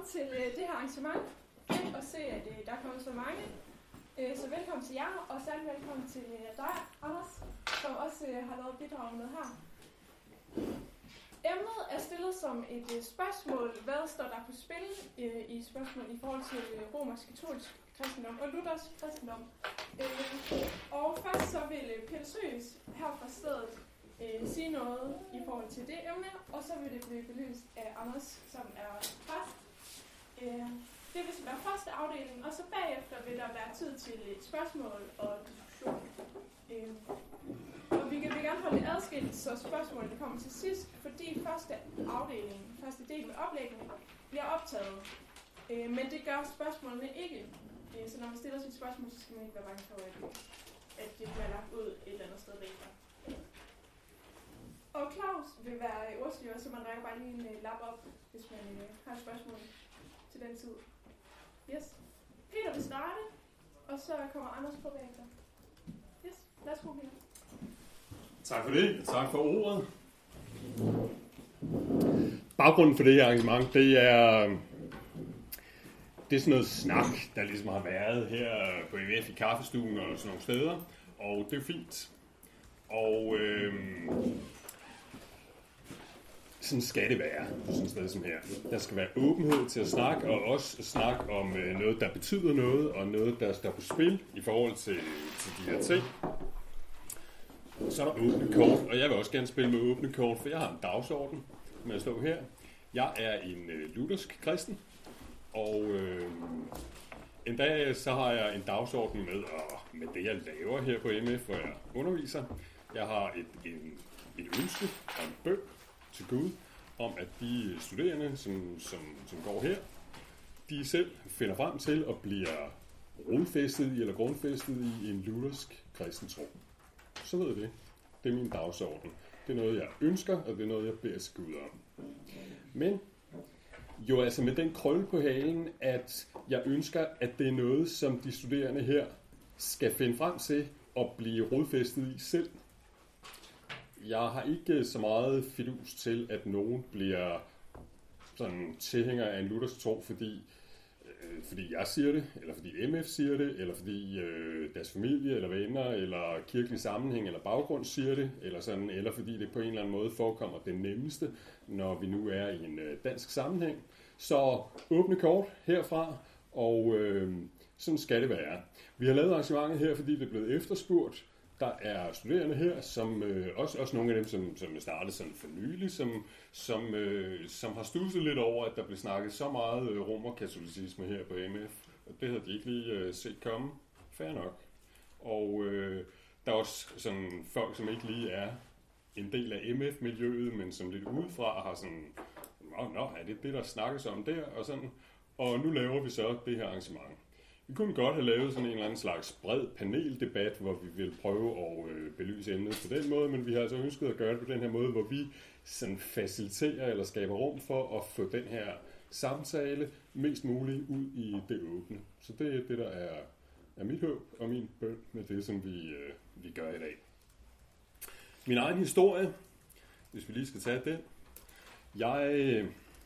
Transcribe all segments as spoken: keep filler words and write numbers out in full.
til øh, det her arrangement. Fedt at se, at øh, der er kommet så mange. Øh, så velkommen til jer, og særlig velkommen til øh, dig, Anders, som også øh, har lavet bidrag med her. Emnet er stillet som et øh, spørgsmål. Hvad står der på spil øh, i spørgsmål i forhold til øh, romersk-katolsk kristendom og luthersk kristendom? Øh, og først så vil øh, Peter Søs her fra stedet øh, sige noget i forhold til det emne, og så vil det blive belyst af Anders, som er præst. Øh, det vil være første afdeling, og så bagefter vil der være tid til et spørgsmål og diskussion. Øh, og vi kan, vi kan gerne holde det adskilt, så spørgsmålene kommer til sidst, fordi første afdeling, første del med oplæggene, bliver optaget. Øh, men det gør spørgsmålene ikke. Øh, så når man stiller sit spørgsmål, så skal man ikke være bange for, at, at det bliver lagt ud et eller andet sted bagefter. Og Claus vil være ordstyrer, så man rækker bare lige en uh, lap op, hvis man uh, har et spørgsmål til den tid. Yes. Peter vil starte, og så kommer Anders på bagefter. Yes, værsgo Peter. Tak for det. Tak for ordet. Baggrunden for det her arrangement, det er, det er sådan noget snak, der ligesom har været her på E M F i kaffestuen og sådan nogle steder. Og det er fint. Og øh, sådan skal det være på sådan et sted som her. Der skal være åbenhed til at snakke, og også snakke om øh, noget, der betyder noget, og noget, der står på spil i forhold til, til de her ting. Så er der åbne kort, og jeg vil også gerne spille med åbne kort, for jeg har en dagsorden med at stå her. Jeg er en øh, luthersk kristen, og øh, en dag så har jeg en dagsorden med, og med det, jeg laver her på E M F, hvor jeg underviser. Jeg har et, en, et ønske og en bøn til Gud, om at de studerende, som, som, som går her, de selv finder frem til at blive rodfæstet i eller grundfæstet i en luthersk kristen tro. Så ved jeg det. Det er min dagsorden. Det er noget, jeg ønsker, og det er noget, jeg beder til Gud om. Men jo altså med den krølle på halen, at jeg ønsker, at det er noget, som de studerende her skal finde frem til at blive rodfæstet i selv. Jeg har ikke så meget fidus til, at nogen bliver sådan tilhænger af en luthersk tro, fordi, øh, fordi jeg siger det, eller fordi M F siger det, eller fordi øh, deres familie, eller venner, eller kirkelig sammenhæng, eller baggrund siger det, eller, sådan, eller fordi det på en eller anden måde forekommer det nemmeste, når vi nu er i en øh, dansk sammenhæng. Så åbne kort herfra, og øh, sådan skal det være. Vi har lavet arrangementet her, fordi det er blevet efterspurgt. Der er studerende her, som øh, også, også nogle af dem, som, som startede sådan for nylig, som, som, øh, som har studset lidt over, at der blev snakket så meget øh, romerkatolicisme her på E M F. Og det havde de ikke lige øh, set komme. Fair nok. Og øh, der er også sådan folk, som ikke lige er en del af E M F-miljøet, men som lidt udefra har sådan, nå, nå, er det det, der snakkes om der? Og, sådan. Og nu laver vi så det her arrangement. Vi kunne godt have lavet sådan en eller anden slags bred paneldebat, hvor vi vil prøve at øh, belyse emnet på den måde, men vi har altså ønsket at gøre det på den her måde, hvor vi sådan faciliterer eller skaber rum for at få den her samtale mest muligt ud i det åbne. Så det er det, der er, er mit håb og min bøn med det, som vi, øh, vi gør i dag. Min egen historie, hvis vi lige skal tage den. Jeg...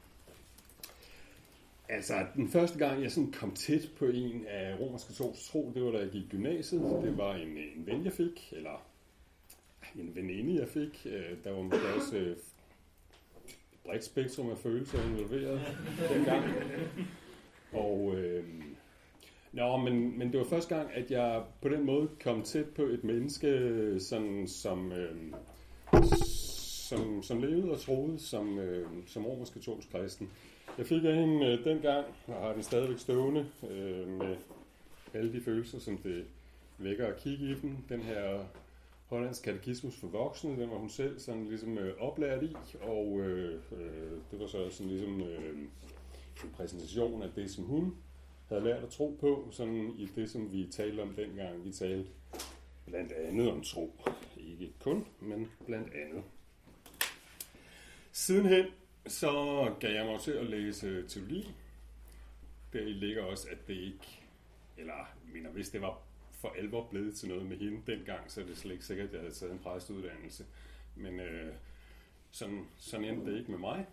Altså, den første gang, jeg sådan kom tæt på en af romersk-katolsk tro, det var da jeg gik i gymnasiet. Det var en, en ven, jeg fik, eller en veninde, jeg fik. Der var måske også et bredt spektrum af følelser involveret dengang. Og, øh, nå, men, men det var første gang, at jeg på den måde kom tæt på et menneske, sådan, som, øh, som, som levede og troede som, øh, som romersk-katolsk kristen. Jeg fik af hende øh, dengang, og har den stadigvæk stående, øh, med alle de følelser, som det vækker at kigge i den. Den her Hollands katekismus for voksne, den var hun selv sådan ligesom øh, oplært i, og øh, øh, det var så sådan ligesom øh, en præsentation af det, som hun havde lært at tro på, sådan i det, som vi talte om dengang. Vi talte blandt andet om tro. Ikke kun, men blandt andet. Sidenhen så gav jeg mig til at læse teologi. Deri ligger også, at det ikke, eller jeg mener, hvis det var for alvor blevet til noget med hende dengang, så er det slet ikke sikkert, at jeg havde taget en præstuddannelse. Men øh, sådan, sådan endte det ikke med mig.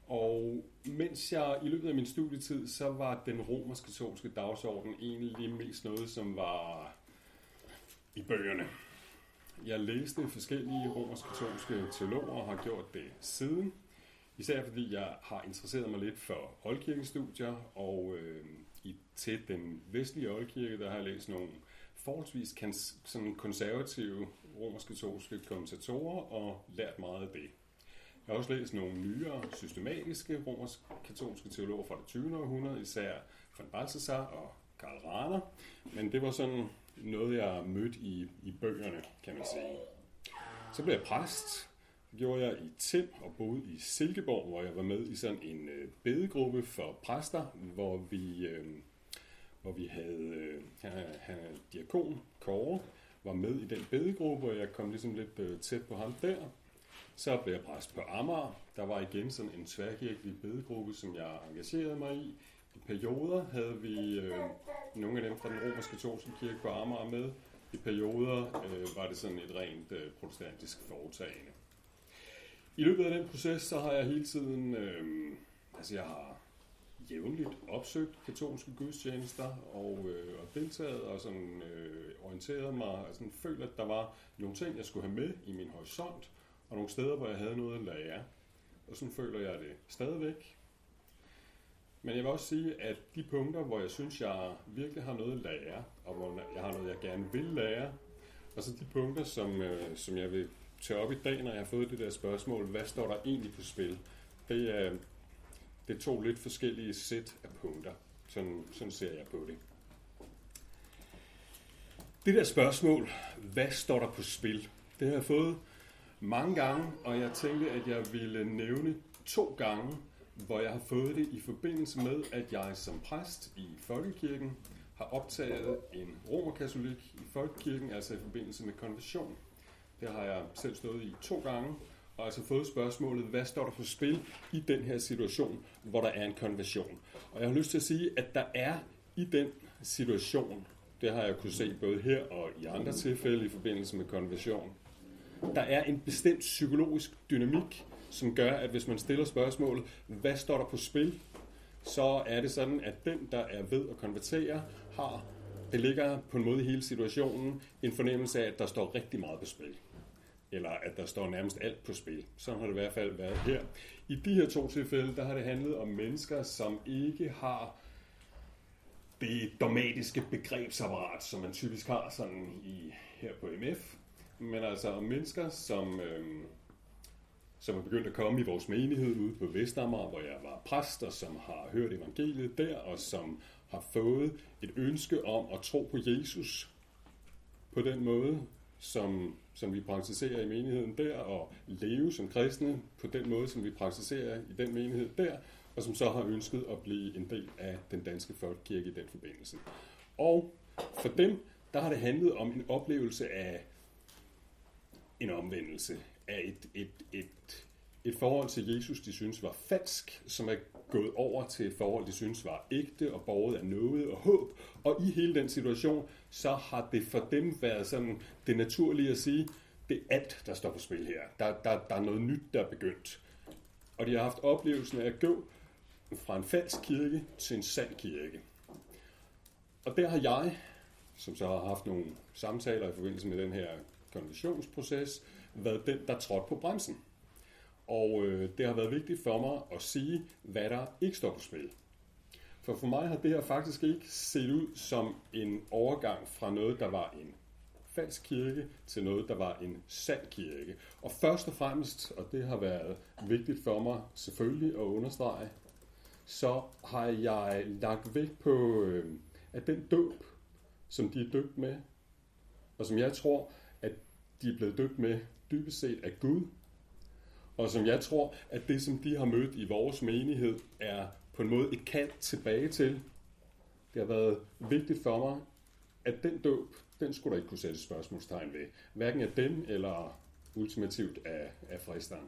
Og mens jeg i løbet af min studietid, så var den romersk-katolske dagsorden egentlig mest noget, som var i bøgerne. Jeg læste forskellige romersk-katolske teologer og har gjort det siden. Især fordi jeg har interesseret mig lidt for oldkirkestudier, og øh, i, til den vestlige oldkirke, der har jeg læst nogle forholdsvis kans, sådan konservative romersk-katolske kommentatorer og lært meget af det. Jeg har også læst nogle nyere, systematiske romersk-katolske teologer fra det tyvende århundrede, især von Balthasar og Karl Rahner, men det var sådan noget, jeg mødte i, i bøgerne, kan man sige. Så blev jeg præst. Det gjorde jeg i Tim og boede i Silkeborg, hvor jeg var med i sådan en øh, bedegruppe for præster, hvor vi, øh, hvor vi havde øh, han, han, diakon Kåre, var med i den bedegruppe, og jeg kom ligesom lidt øh, tæt på ham der. Så blev jeg præst på Amager. Der var igen sådan en tværkirkelig bedegruppe, som jeg engagerede mig i. I perioder havde vi øh, nogle af dem fra den romersk-katolske kirke på Amager med. I perioder øh, var det sådan et rent øh, protestantisk foretagende. I løbet af den proces, så har jeg hele tiden, øh, altså jeg har jævnligt opsøgt katolske gudstjenester og, øh, og deltaget og sådan øh, orienteret mig og sådan følt, at der var nogle ting, jeg skulle have med i min horisont, og nogle steder, hvor jeg havde noget at lære. Og sådan føler jeg det stadigvæk. Men jeg vil også sige, at de punkter, hvor jeg synes, jeg virkelig har noget at lære, og hvor jeg har noget, jeg gerne vil lære, og så de punkter, som, øh, som jeg vil tage op i dag, når jeg har fået det der spørgsmål, hvad står der egentlig på spil? Det er, det er to lidt forskellige sæt af punkter. Sådan, sådan ser jeg på det. Det der spørgsmål, hvad står der på spil? Det har jeg fået mange gange, og jeg tænkte, at jeg ville nævne to gange, hvor jeg har fået det i forbindelse med, at jeg som præst i folkekirken har optaget en romerkatolik i folkekirken, altså i forbindelse med konfirmation. Det har jeg selv stået i to gange, og altså fået spørgsmålet, hvad står der på spil i den her situation, hvor der er en konversion. Og jeg har lyst til at sige, at der er i den situation, det har jeg kunne se både her og i andre tilfælde i forbindelse med konversion, der er en bestemt psykologisk dynamik, som gør, at hvis man stiller spørgsmålet, hvad står der på spil, så er det sådan, at den, der er ved at konvertere, har, det ligger på en måde i hele situationen, en fornemmelse af, at der står rigtig meget på spil. Eller at der står nærmest alt på spil. Sådan har det i hvert fald været her. I de her to tilfælde, der har det handlet om mennesker, som ikke har det dogmatiske begrebsapparat, som man typisk har sådan i, her på M F. Men altså om mennesker, som, øh, som er begyndt at komme i vores menighed ude på Vestamager, hvor jeg var præst, og som har hørt evangeliet der, og som har fået et ønske om at tro på Jesus på den måde, som, som vi praktiserer i menigheden der, og leve som kristne på den måde, som vi praktiserer i den menighed der, og som så har ønsket at blive en del af den danske folkekirke i den forbindelse. Og for dem, der har det handlet om en oplevelse af en omvendelse af et, et, et, et forhold til Jesus, de synes var falsk, som er gået over til et forhold, de synes var ægte og båret af noget og håb. Og i hele den situation, så har det for dem været sådan det naturlige at sige, det er alt, der står på spil her. Der, der, der er noget nyt, der er begyndt. Og de har haft oplevelsen af at gå fra en falsk kirke til en sand kirke. Og der har jeg, som så har haft nogle samtaler i forbindelse med den her konversionsproces, været den, der trådte på bremsen. Og øh, det har været vigtigt for mig at sige, hvad der ikke står på spil. For for mig har det her faktisk ikke set ud som en overgang fra noget, der var en falsk kirke, til noget, der var en sand kirke. Og først og fremmest, og det har været vigtigt for mig selvfølgelig at understrege, så har jeg lagt vægt på, øh, at den dåb, som de er døbt med, og som jeg tror, at de er blevet døbt med dybest set af Gud, og som jeg tror, at det, som de har mødt i vores menighed, er på en måde et kald tilbage til. Det har været vigtigt for mig, at den dåb, den skulle der ikke kunne sætte spørgsmålstegn ved. Hverken af dem, eller ultimativt af, af fristeren.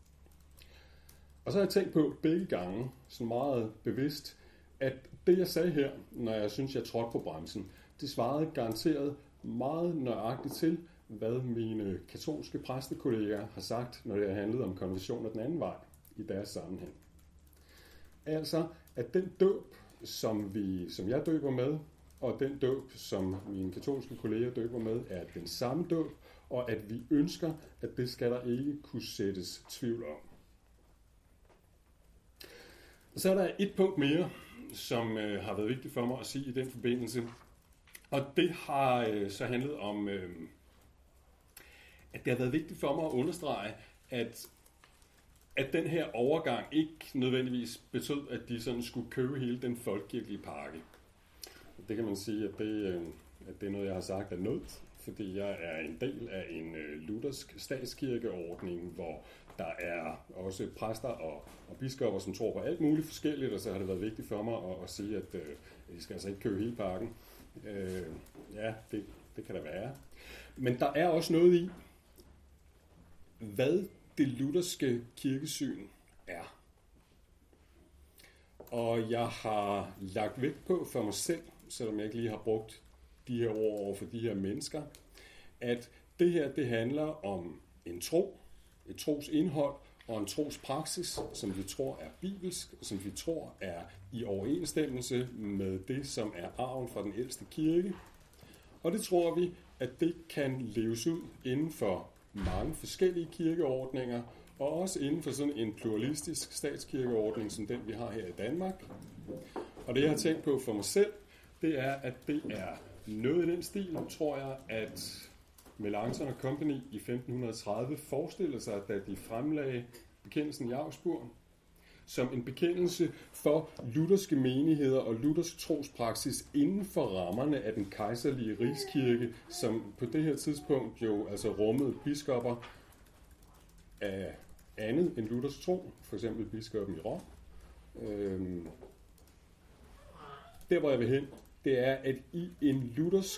Og så har jeg tænkt på begge gange, så meget bevidst, at det, jeg sagde her, når jeg synes, jeg trådte på bremsen, det svarede garanteret meget nøjagtigt til, hvad mine katolske præstekolleger har sagt, når det har handlet om konversion af den anden vej i deres sammenhæng. Altså, at den dåb, som, vi, som jeg døber med, og den dåb, som mine katolske kolleger døber med, er den samme dåb, og at vi ønsker, at det skal der ikke kunne sættes tvivl om. Og så er der et punkt mere, som øh, har været vigtigt for mig at sige i den forbindelse, og det har øh, så handlet om, øh, at det har været vigtigt for mig at understrege, at at den her overgang ikke nødvendigvis betød, at de sådan skulle købe hele den folkekirkelige pakke. Det kan man sige, at det, at det er noget, jeg har sagt er nødt, fordi jeg er en del af en luthersk statskirkeordning, hvor der er også præster og, og biskopper, som tror på alt muligt forskelligt, og så har det været vigtigt for mig at, at sige, at, at de skal altså ikke købe hele pakken. Øh, ja, det, det kan der være. Men der er også noget i, hvad det lutherske kirkesyn er. Og jeg har lagt vægt på for mig selv, selvom jeg ikke lige har brugt de her ord over for de her mennesker, at det her, det handler om en tro, et tros indhold og en tros praksis, som vi tror er bibelsk, og som vi tror er i overensstemmelse med det, som er arven fra den ældste kirke. Og det tror vi, at det kan leves ud inden for mange forskellige kirkeordninger, og også inden for sådan en pluralistisk statskirkeordning, som den vi har her i Danmark. Og det jeg har tænkt på for mig selv, det er, at det er noget i den stil, tror jeg, at Melanchthon og Company i femten tredive forestillede sig, da de fremlagde bekendelsen i Augsburg, som en bekendelse for lutherske menigheder og luthersk trospraksis inden for rammerne af den kejserlige rigskirke, som på det her tidspunkt jo altså rummede biskopper af andet end luthersk tro, for eksempel biskoppen i Rom. Øhm. Der hvor jeg vil hen, det er, at i en luthersk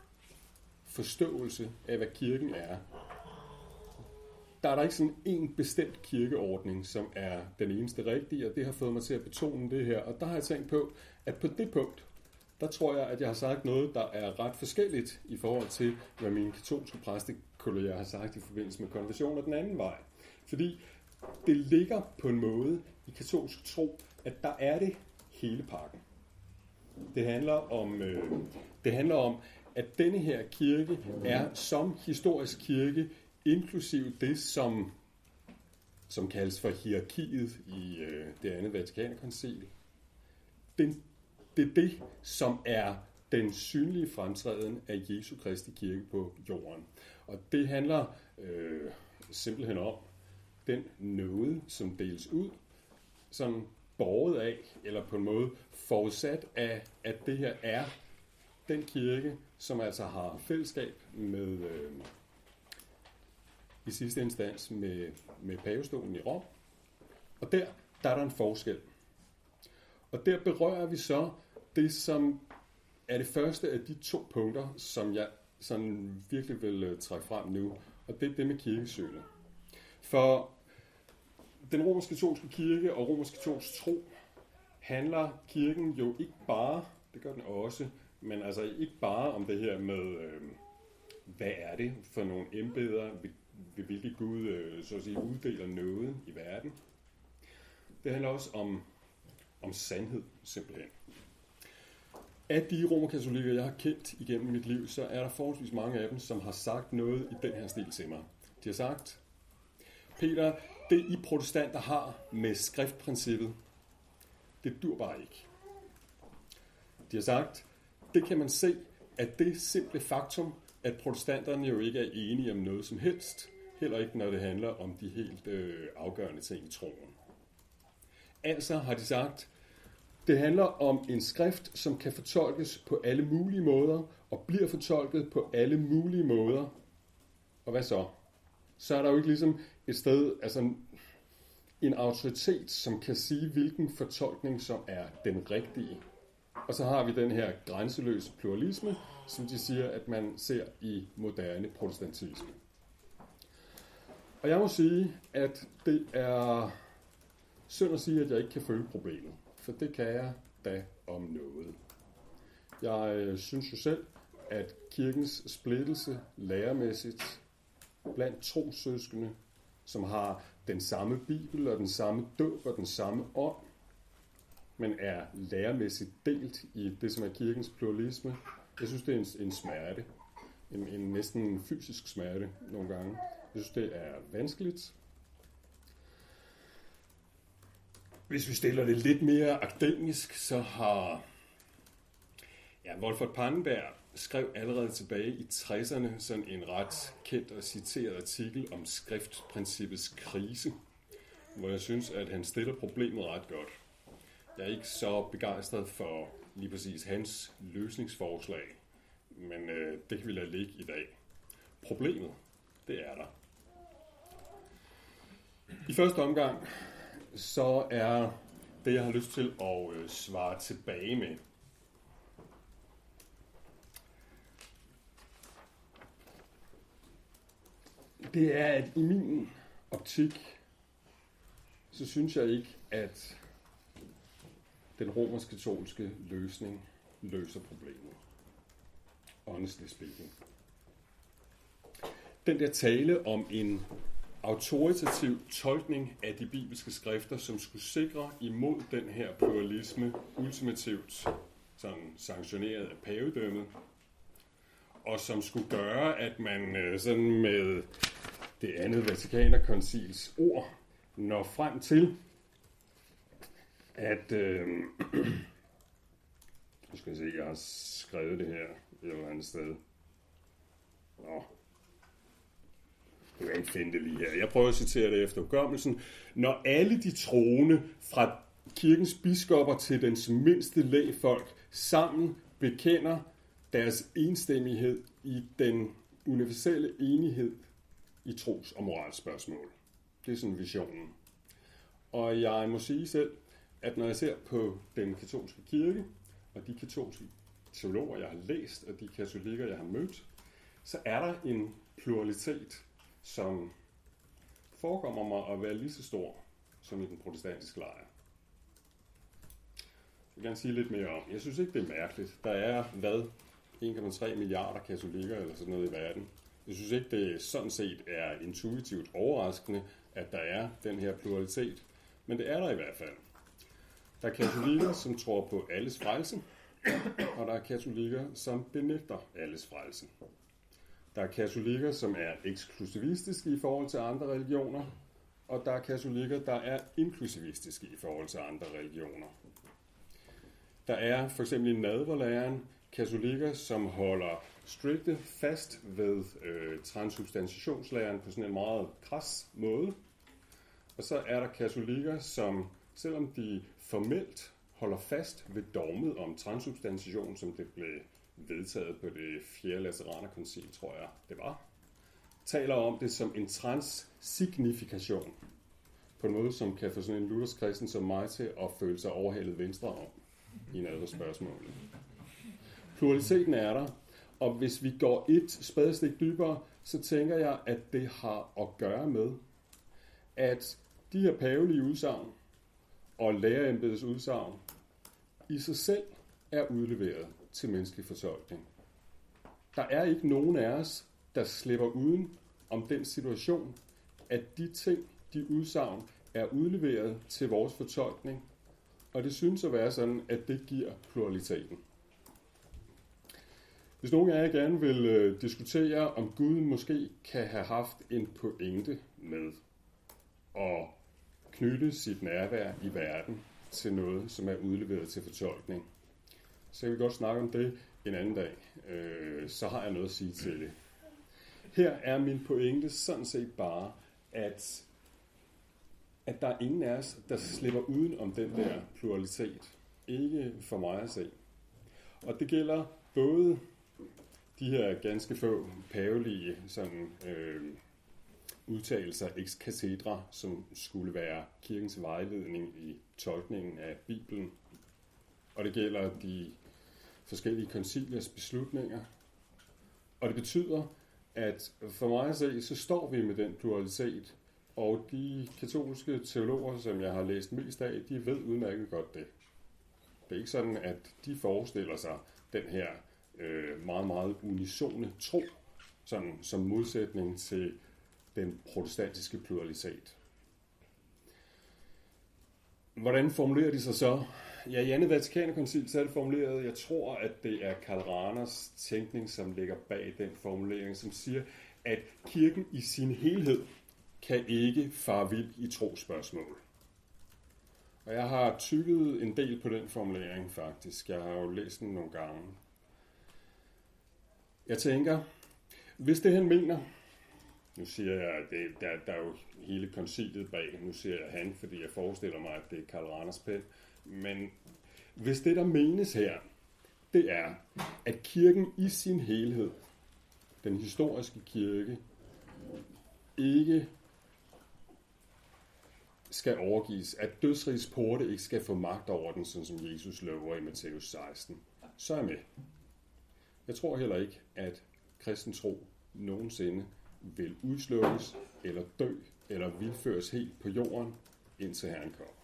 forståelse af, hvad kirken er, der er der ikke sådan en bestemt kirkeordning, som er den eneste rigtige, og det har fået mig til at betone det her. Og der har jeg tænkt på, at på det punkt, der tror jeg, at jeg har sagt noget, der er ret forskelligt i forhold til, hvad mine katolske præstekolleger har sagt i forbindelse med konversion den anden vej. Fordi det ligger på en måde i katolsk tro, at der er det hele pakken. Det handler om, øh, det handler om at denne her kirke er som historisk kirke, inklusiv det, som, som kaldes for hierarkiet i øh, det andet Vatikankoncil. Det, det er det, som er den synlige fremtræden af Jesu Kristi kirke på jorden. Og det handler øh, simpelthen om den nåde, som deles ud, som båret af, eller på en måde forudsat af, at det her er den kirke, som altså har fællesskab med, øh, i sidste instans med, med pavestolen i Rom. Og der, der er der en forskel. Og der berører vi så det, som er det første af de to punkter, som jeg sådan virkelig vil trække frem nu. Og det er det med kirkesynet. For den romersk-katolske kirke og romersk-katolsk tro handler kirken jo ikke bare, det gør den også, men altså ikke bare om det her med, øh, hvad er det for nogle embeder, ved, ved hvilke Gud øh, så at sige, uddeler noget i verden. Det handler også om, om sandhed, simpelthen. Af de romerkatolikker, jeg har kendt igennem mit liv, så er der forholdsvis mange af dem, som har sagt noget i den her stil til mig. De har sagt, Peter, det I protestanter har med skriftprincippet, det dur bare ikke. De har sagt, det kan man se, at det simple faktum, at protestanterne jo ikke er enige om noget som helst, heller ikke når det handler om de helt øh, afgørende ting i troen. Altså har de sagt, det handler om en skrift, som kan fortolkes på alle mulige måder, og bliver fortolket på alle mulige måder. Og hvad så? Så er der jo ikke ligesom et sted, altså en autoritet, som kan sige, hvilken fortolkning, som er den rigtige. Og så har vi den her grænseløse pluralisme, som de siger, at man ser i moderne protestantisme. Og jeg må sige, at det er synd at sige, at jeg ikke kan følge problemet. For det kan jeg da om noget. Jeg synes jo selv, at kirkens splittelse læremæssigt blandt trossøskende, som har den samme bibel og den samme dåb og den samme ånd, men er læremæssigt delt i det, som er kirkens pluralisme. Jeg synes, det er en, en smerte. En, en næsten fysisk smerte nogle gange. Jeg synes, det er vanskeligt. Hvis vi stiller det lidt mere akademisk, så har ja, Wolfert Pannenberg skrev allerede tilbage i tresserne sådan en ret kendt og citeret artikel om skriftprincippets krise, hvor jeg synes, at han stiller problemet ret godt. Jeg er ikke så begejstret for lige præcis hans løsningsforslag, men øh, det kan vi lade ligge i dag. Problemet, det er der. I første omgang, så er det, jeg har lyst til at øh, svare tilbage med. Det er, at i min optik, så synes jeg ikke, at den romersk-katolske løsning løser problemet. Honestly speaking. Den der tale om en autoritativ tolkning af de bibelske skrifter, som skulle sikre imod den her pluralisme, ultimativt sådan sanktioneret af pavedømmet, og som skulle gøre, at man sådan med det andet Vatikanerkoncils ord når frem til, at øh, nu skal jeg se, jeg har skrevet det her et eller andet sted. Nå. Jeg kan ikke finde det lige her. Jeg prøver at citere det efter hukommelsen. Når alle de troende fra kirkens biskopper til dens mindste lægfolk sammen bekender deres enstemmighed i den universelle enighed i tros- og moralspørgsmål. Det er sådan visionen. Og jeg må sige selv, at når jeg ser på den katolske kirke, og de katolske teologer, jeg har læst, og de katolikker, jeg har mødt, så er der en pluralitet, som forekommer mig at være lige så stor som i den protestantiske lejr. Jeg vil gerne sige lidt mere om. Jeg synes ikke, det er mærkeligt. Der er, hvad, en komma tre milliarder katolikker eller sådan noget i verden. Jeg synes ikke, det sådan set er intuitivt overraskende, at der er den her pluralitet. Men det er der i hvert fald. Der er katolikker, som tror på alles frelse, og der er katolikker, som benægter alles frelse. Der er katolikker, som er eksklusivistiske i forhold til andre religioner, og der er katolikker, der er inklusivistiske i forhold til andre religioner. Der er for eksempel i nadverlæren katolikker, som holder strikte fast ved øh, transsubstantiationslæren på sådan en meget kras måde. Og så er der katolikker, som selvom de formelt holder fast ved dogmet om transsubstantiation, som det blev vedtaget på det fjerde Lateranerkoncil, tror jeg det var, taler om det som en transsignifikation, på en måde, som kan få sådan en luthersk kristen som mig til at føle sig overhalet venstre om i en anden spørgsmål. Pluraliteten er der, og hvis vi går et spadestik dybere, så tænker jeg, at det har at gøre med, at de her pavelige udsagn og lærerembedets udsagn i sig selv er udleveret til menneskelig fortolkning. Der er ikke nogen af os, der slipper uden om den situation, at de ting, de udsagn, er udleveret til vores fortolkning, og det synes at være sådan, at det giver pluraliteten. Hvis nogen af jer gerne vil øh, diskutere, om Gud måske kan have haft en pointe med at knytte sit nærvær i verden til noget, som er udleveret til fortolkning, så kan vi godt snakke om det en anden dag. Øh, så har jeg noget at sige til det. Her er min pointe sådan set bare, at, at der er ingen af os, der slipper uden om den der pluralitet. Ikke for mig at se. Og det gælder både de her ganske få pavelige sådan, øh, udtalelser ex cathedra, som skulle være kirkens vejledning i tolkningen af Bibelen. Og det gælder de forskellige konciliers beslutninger. Og det betyder, at for mig at se, så står vi med den pluralitet, og de katolske teologer, som jeg har læst mest af, de ved udmærket godt det. Det er ikke sådan, at de forestiller sig den her øh, meget, meget unisone tro, sådan som modsætning til den protestantiske pluralitet. Hvordan formulerer de sig så Ja, i andet Vatikanerkoncil, så er det formuleret, jeg tror, at det er Karl Rahners tænkning, som ligger bag den formulering, som siger, at kirken i sin helhed kan ikke fare vild i trospørgsmål. Og jeg har tykket en del på den formulering faktisk. Jeg har jo læst den nogle gange. Jeg tænker, hvis det han mener, nu siger jeg, at det, der, der er jo hele koncilet bag, nu siger jeg han, fordi jeg forestiller mig, at det er Karl Rahners pen, men hvis det, der menes her, det er, at kirken i sin helhed, den historiske kirke, ikke skal overgives, at dødsrigets porte ikke skal få magt over den, sådan som Jesus lover i Matthæus seksten, så er jeg med. Jeg tror heller ikke, at kristen tro nogensinde vil udslukkes, eller dø, eller vildføres helt på jorden, indtil Herren kommer.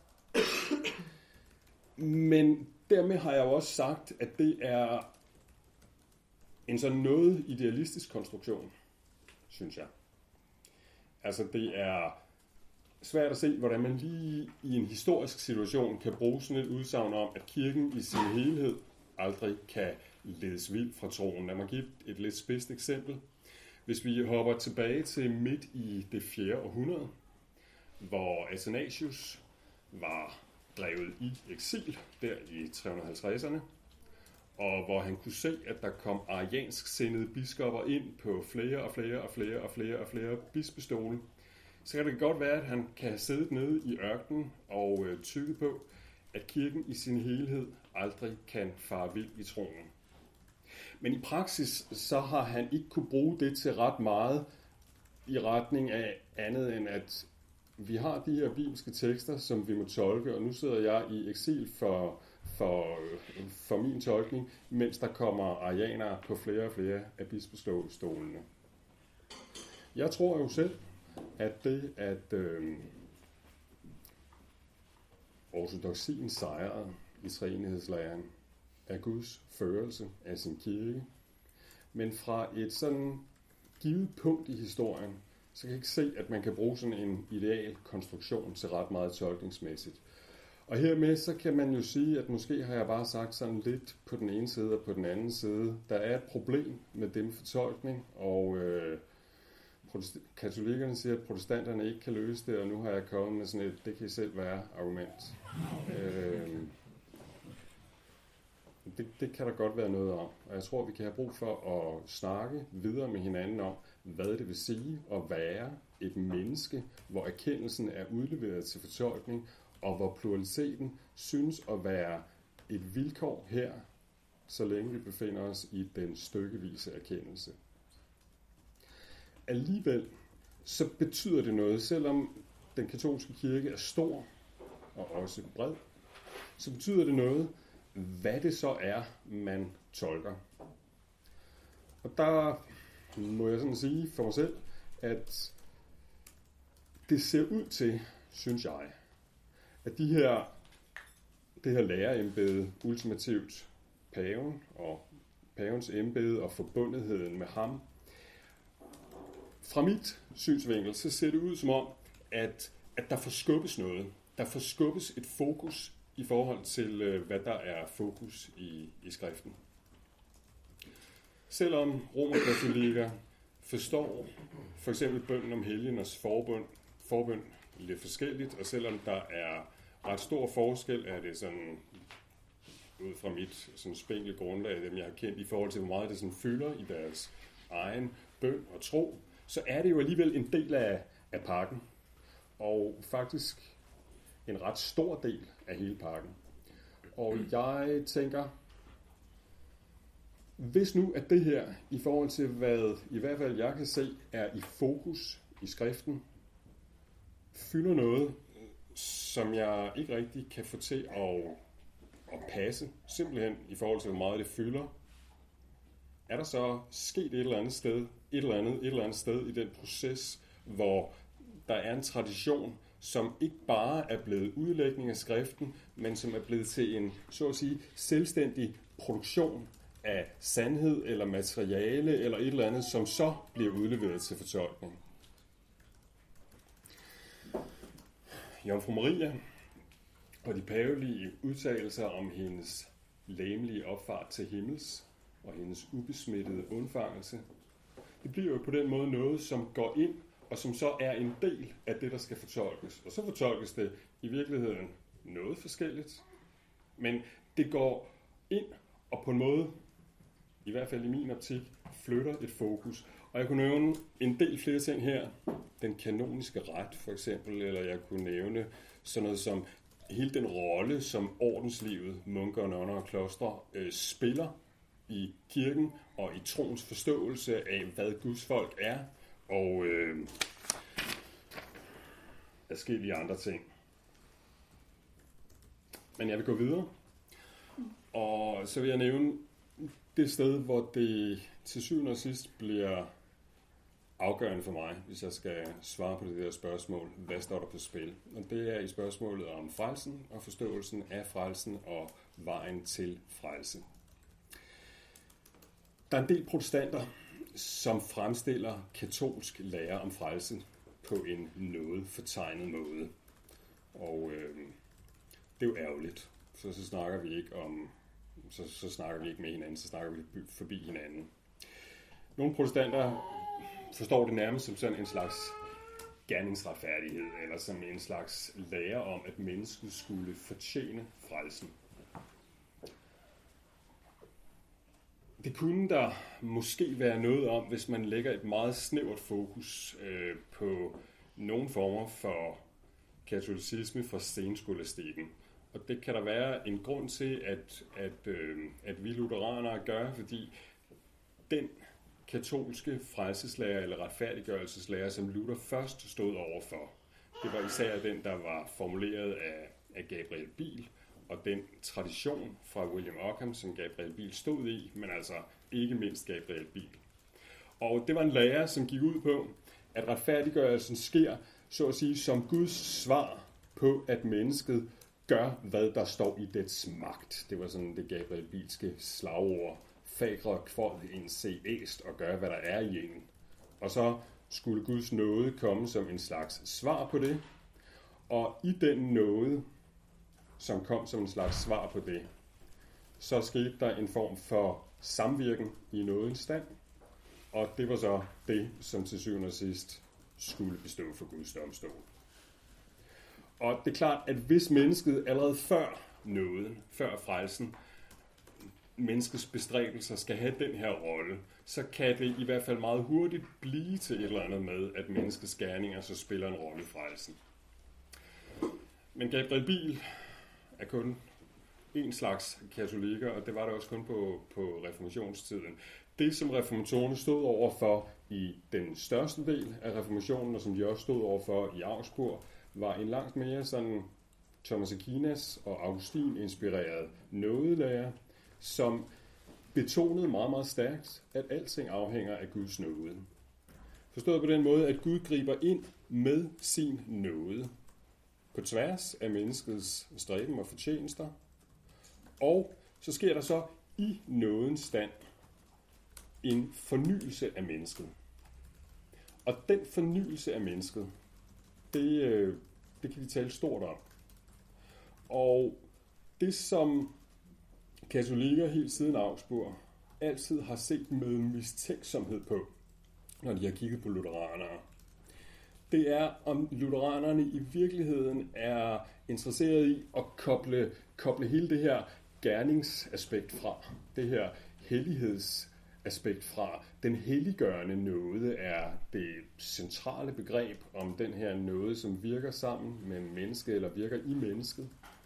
Men dermed har jeg jo også sagt, at det er en sådan noget idealistisk konstruktion, synes jeg. Altså det er svært at se, hvordan man lige i en historisk situation kan bruge sådan et udsagn om, at kirken i sin helhed aldrig kan ledes vild fra troen. Lad mig give et lidt spidst eksempel. Hvis vi hopper tilbage til midt i det fjerde århundrede, hvor Athanasius var drevet i eksil der i tre hundrede og halvtredserne, og hvor han kunne se, at der kom ariansk sindede biskopper ind på flere og flere og flere og flere og flere bispestole, så kan det godt være, at han kan have siddet nede i ørkenen og øh, tykket på, at kirken i sin helhed aldrig kan fare vild i troen. Men i praksis, så har han ikke kunne bruge det til ret meget i retning af andet end, at vi har de her bibelske tekster, som vi må tolke, og nu sidder jeg i eksil for, for, for min tolkning, mens der kommer arianere på flere og flere af bispestolene. Jeg tror jo selv, at det, at øh, ortodoksien sejrede i treenighedslæren, er Guds førelse af sin kirke. Men fra et sådan givet punkt i historien, så kan jeg ikke se, at man kan bruge sådan en ideal konstruktion til ret meget tolkningsmæssigt. Og hermed så kan man jo sige, at måske har jeg bare sagt sådan lidt på den ene side og på den anden side. Der er et problem med det med fortolkning, og øh, katolikkerne siger, at protestanterne ikke kan løse det, og nu har jeg kommet med sådan et, det kan selv være argument. Øh, det, det kan der godt være noget om, og jeg tror, vi kan have brug for at snakke videre med hinanden om, hvad det vil sige at være et menneske, hvor erkendelsen er udleveret til fortolkning, og hvor pluraliteten synes at være et vilkår her, så længe vi befinder os i den stykkevise erkendelse. Alligevel så betyder det noget, selvom den katolske kirke er stor og også bred, så betyder det noget, hvad det så er, man tolker. Og der må jeg sådan sige for mig selv, at det ser ud til, synes jeg, at de her, det her lærerembede ultimativt paven og pavens embede og forbundetheden med ham, fra mit synsvinkel, så ser det ud som om, at, at der forskubbes noget. Der forskubbes et fokus i forhold til, hvad der er fokus i, i skriften. Selvom romerkatolikker forstår for eksempel bønnen om helgeners forbøn, forbøn lidt forskelligt, og selvom der er ret stor forskel, er det sådan, ud fra mit sådan spinkle grundlag, dem jeg har kendt, i forhold til, hvor meget det sådan fylder i deres egen bøn og tro, så er det jo alligevel en del af, af pakken. Og faktisk en ret stor del af hele pakken. Og jeg tænker, hvis nu at det her, i forhold til hvad i hvert fald jeg kan se, er i fokus i skriften, fylder noget, som jeg ikke rigtig kan få til at, at passe, simpelthen i forhold til, hvor meget det fylder, er der så sket et eller andet sted, et eller andet, et eller andet sted i den proces, hvor der er en tradition, som ikke bare er blevet udlægning af skriften, men som er blevet til en, så at sige, selvstændig produktion af sandhed eller materiale eller et eller andet, som så bliver udleveret til fortolkning. Jomfru Maria og de pavelige udtalelser om hendes læmelige opfart til himmels og hendes ubesmittede undfangelse, det bliver jo på den måde noget, som går ind, og som så er en del af det, der skal fortolkes. Og så fortolkes det i virkeligheden noget forskelligt, men det går ind og på en måde, i hvert fald i min optik, flytter et fokus. Og jeg kunne nævne en del flere ting her. Den kanoniske ret, for eksempel, eller jeg kunne nævne sådan noget som hele den rolle, som ordenslivet, munker, nonner og klostre øh, spiller i kirken og i troens forståelse af, hvad Guds folk er, og øh, forskellige andre ting. Men jeg vil gå videre, og så vil jeg nævne det sted, hvor det til syvende og sidst bliver afgørende for mig, hvis jeg skal svare på det der spørgsmål, hvad står der på spil? Og det er i spørgsmålet om frelsen og forståelsen af frelsen og vejen til frelse. Der er en del protestanter, som fremstiller katolsk lære om frelse på en noget fortegnet måde. Og øh, det er jo ærgerligt, for så snakker vi ikke om, så, så snakker vi ikke med hinanden, så snakker vi forbi hinanden. Nogle protestanter forstår det nærmest som sådan en slags gerningsretfærdighed, eller som en slags lære om, at mennesket skulle fortjene frelsen. Det kunne der måske være noget om, hvis man lægger et meget snævert fokus øh, på nogle former for katolicisme fra stenskolastikken. Og det kan der være en grund til, at, at, øh, at vi lutheranere gør, fordi den katolske frelseslære eller retfærdiggørelseslære, som Luther først stod overfor, det var især den, der var formuleret af, af Gabriel Biel, og den tradition fra William Ockham, som Gabriel Biel stod i, men altså ikke mindst Gabriel Biel. Og det var en lære, som gik ud på, at retfærdiggørelsen sker, så at sige, som Guds svar på, at mennesket gør, hvad der står i dets magt. Det var sådan det Gabriel Bielske slagord. Fagre kvod en se æst og gøre, hvad der er i en. Og så skulle Guds nåde komme som en slags svar på det. Og i den nåde, som kom som en slags svar på det, så skete der en form for samvirken i nådens stand. Og det var så det, som til syvende og sidst skulle bestå for Guds domstol. Og det er klart, at hvis mennesket allerede før nåden, før frelsen, menneskets bestræbelser skal have den her rolle, så kan det i hvert fald meget hurtigt blive til et eller andet med, at menneskets gerninger så spiller en rolle i frelsen. Men Gabriel Biel er kun en slags katolikker, og det var det også kun på, på reformationstiden. Det, som reformatorerne stod overfor i den største del af reformationen, og som de også stod overfor i Augsburg, var en langt mere sådan Thomas Aquinas og Augustin inspireret nådelære, som betonede meget, meget stærkt, at alting afhænger af Guds nåde. Forstået på den måde, at Gud griber ind med sin nåde på tværs af menneskets stræben og fortjenester, og så sker der så i nådens stand en fornyelse af mennesket. Og den fornyelse af mennesket, det, det kan vi tale stort om. Og det, som katolikker helt siden Augsburg altid har set med mistænksomhed på, når de har kigget på lutheranere, det er, om lutheranerne i virkeligheden er interesseret i at koble, koble hele det her gerningsaspekt fra, det her hellighedsaspekt fra. Den helliggørende nåde er det centrale begreb om den her nåde, som virker sammen med mennesket, eller virker i mennesket.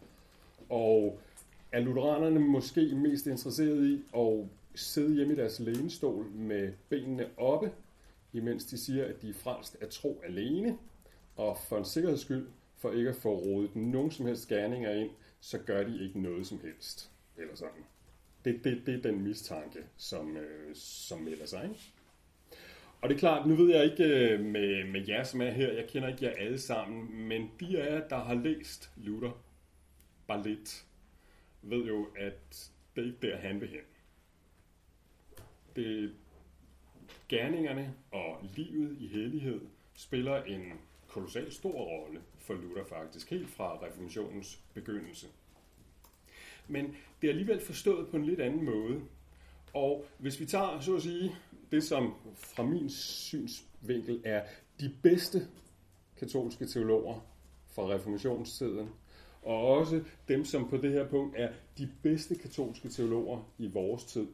Og er lutheranerne måske mest interesseret i at sidde hjemme i deres lænestol med benene oppe, imens de siger, at de er frelst af tro alene, og for en sikkerheds skyld, for ikke at få rodet nogen som helst gerninger ind, så gør de ikke noget som helst. Eller sådan. Det, det, det er den mistanke, som, øh, som melder sig, ikke? Og det er klart, nu ved jeg ikke med, med jer, som er her, jeg kender ikke jer alle sammen, men de af jer, der har læst Luther bare lidt, ved jo, at det er ikke der, han vil hen. Det, gerningerne og livet i hellighed spiller en kolossalt stor rolle for Luther faktisk, helt fra reformationens begyndelse. Men det er alligevel forstået på en lidt anden måde. Og hvis vi tager, så at sige, det som fra min synsvinkel er de bedste katolske teologer fra reformationstiden, og også dem, som på det her punkt er de bedste katolske teologer i vores tid,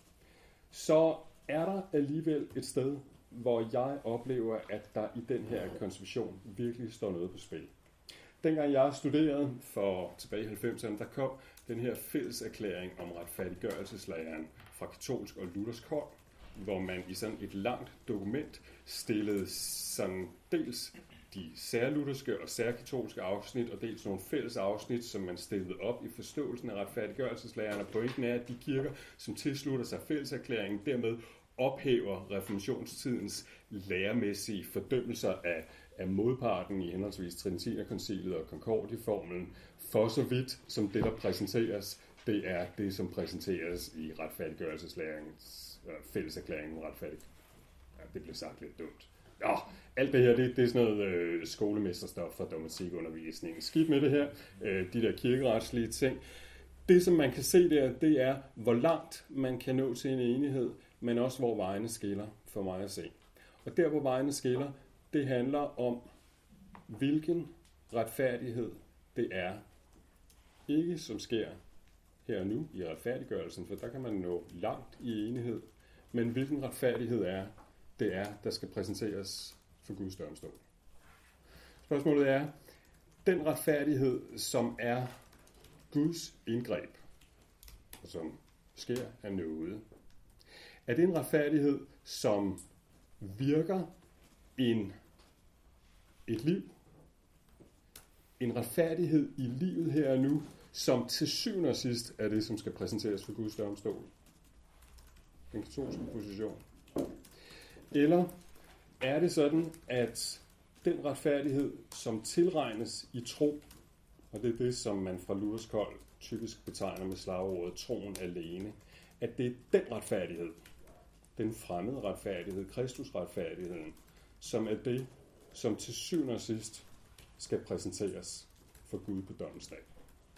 så er der alligevel et sted, hvor jeg oplever, at der i den her konception virkelig står noget på spil. Dengang jeg studerede for tilbage i halvfemserne, der kom den her fælleserklæring om retfærdiggørelseslæren fra katolsk og luthersk hold, hvor man i sådan et langt dokument stillede sådan dels de særlutherske og særkatolske afsnit, og dels nogle fælles afsnit, som man stillede op i forståelsen af retfærdiggørelseslæren. Og pointen er, at de kirker, som tilslutter sig fælleserklæringen, dermed ophæver reformationstidens læremæssige fordømmelser af, af modparten i henholdsvis Trinitanerkoncilet og Concordieformlen, for så vidt som det, der præsenteres, det er det, som præsenteres i retfærdiggørelseslæringens øh, fælleserklæringen retfærdig. Ja, det blev sagt lidt dumt. Ja, alt det her, det, det er sådan noget øh, skolemesterstof fra dogmatikundervisningen. Skidt med det her, øh, de der kirkeretslige ting. Det, som man kan se der, det er, hvor langt man kan nå til en enighed, men også hvor vejene skiller, for mig at se. Og der, hvor vejene skiller, det handler om, hvilken retfærdighed det er. Ikke som sker her og nu i retfærdiggørelsen, for der kan man nå langt i enighed, men hvilken retfærdighed er, det er, der skal præsenteres for Guds domstol. Spørgsmålet er, den retfærdighed, som er Guds indgreb, og som sker af nåde, er det en retfærdighed, som virker en, et liv? En retfærdighed i livet her og nu, som til syvende og sidst er det, som skal præsenteres for Guds domstol. Den katolske position. Eller er det sådan, at den retfærdighed, som tilregnes i tro, og det er det, som man fra luthersk hold typisk betegner med slagordet troen alene, at det er den retfærdighed, den fremmede retfærdighed, Kristusretfærdigheden, som er det, som til syvende og sidst skal præsenteres for Gud på dommens dag.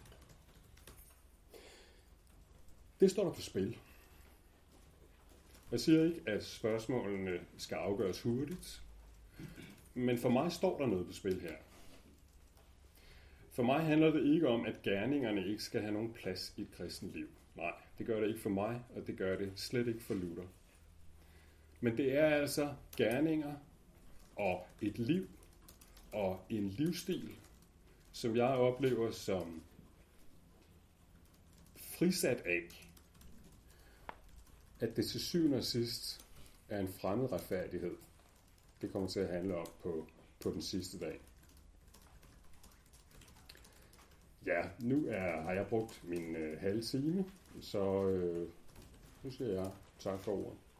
Det står der på spil. Jeg siger ikke, at spørgsmålene skal afgøres hurtigt, men for mig står der noget på spil her. For mig handler det ikke om, at gerningerne ikke skal have nogen plads i et kristent liv. Nej, det gør det ikke for mig, og det gør det slet ikke for Luther. Men det er altså gerninger og et liv og en livsstil, som jeg oplever som frisat af, at det til syvende og sidst er en fremmed retfærdighed. Det kommer til at handle om på, på den sidste dag. Ja, nu er, har jeg brugt min øh, halve time, så øh, nu siger jeg tak for ordet.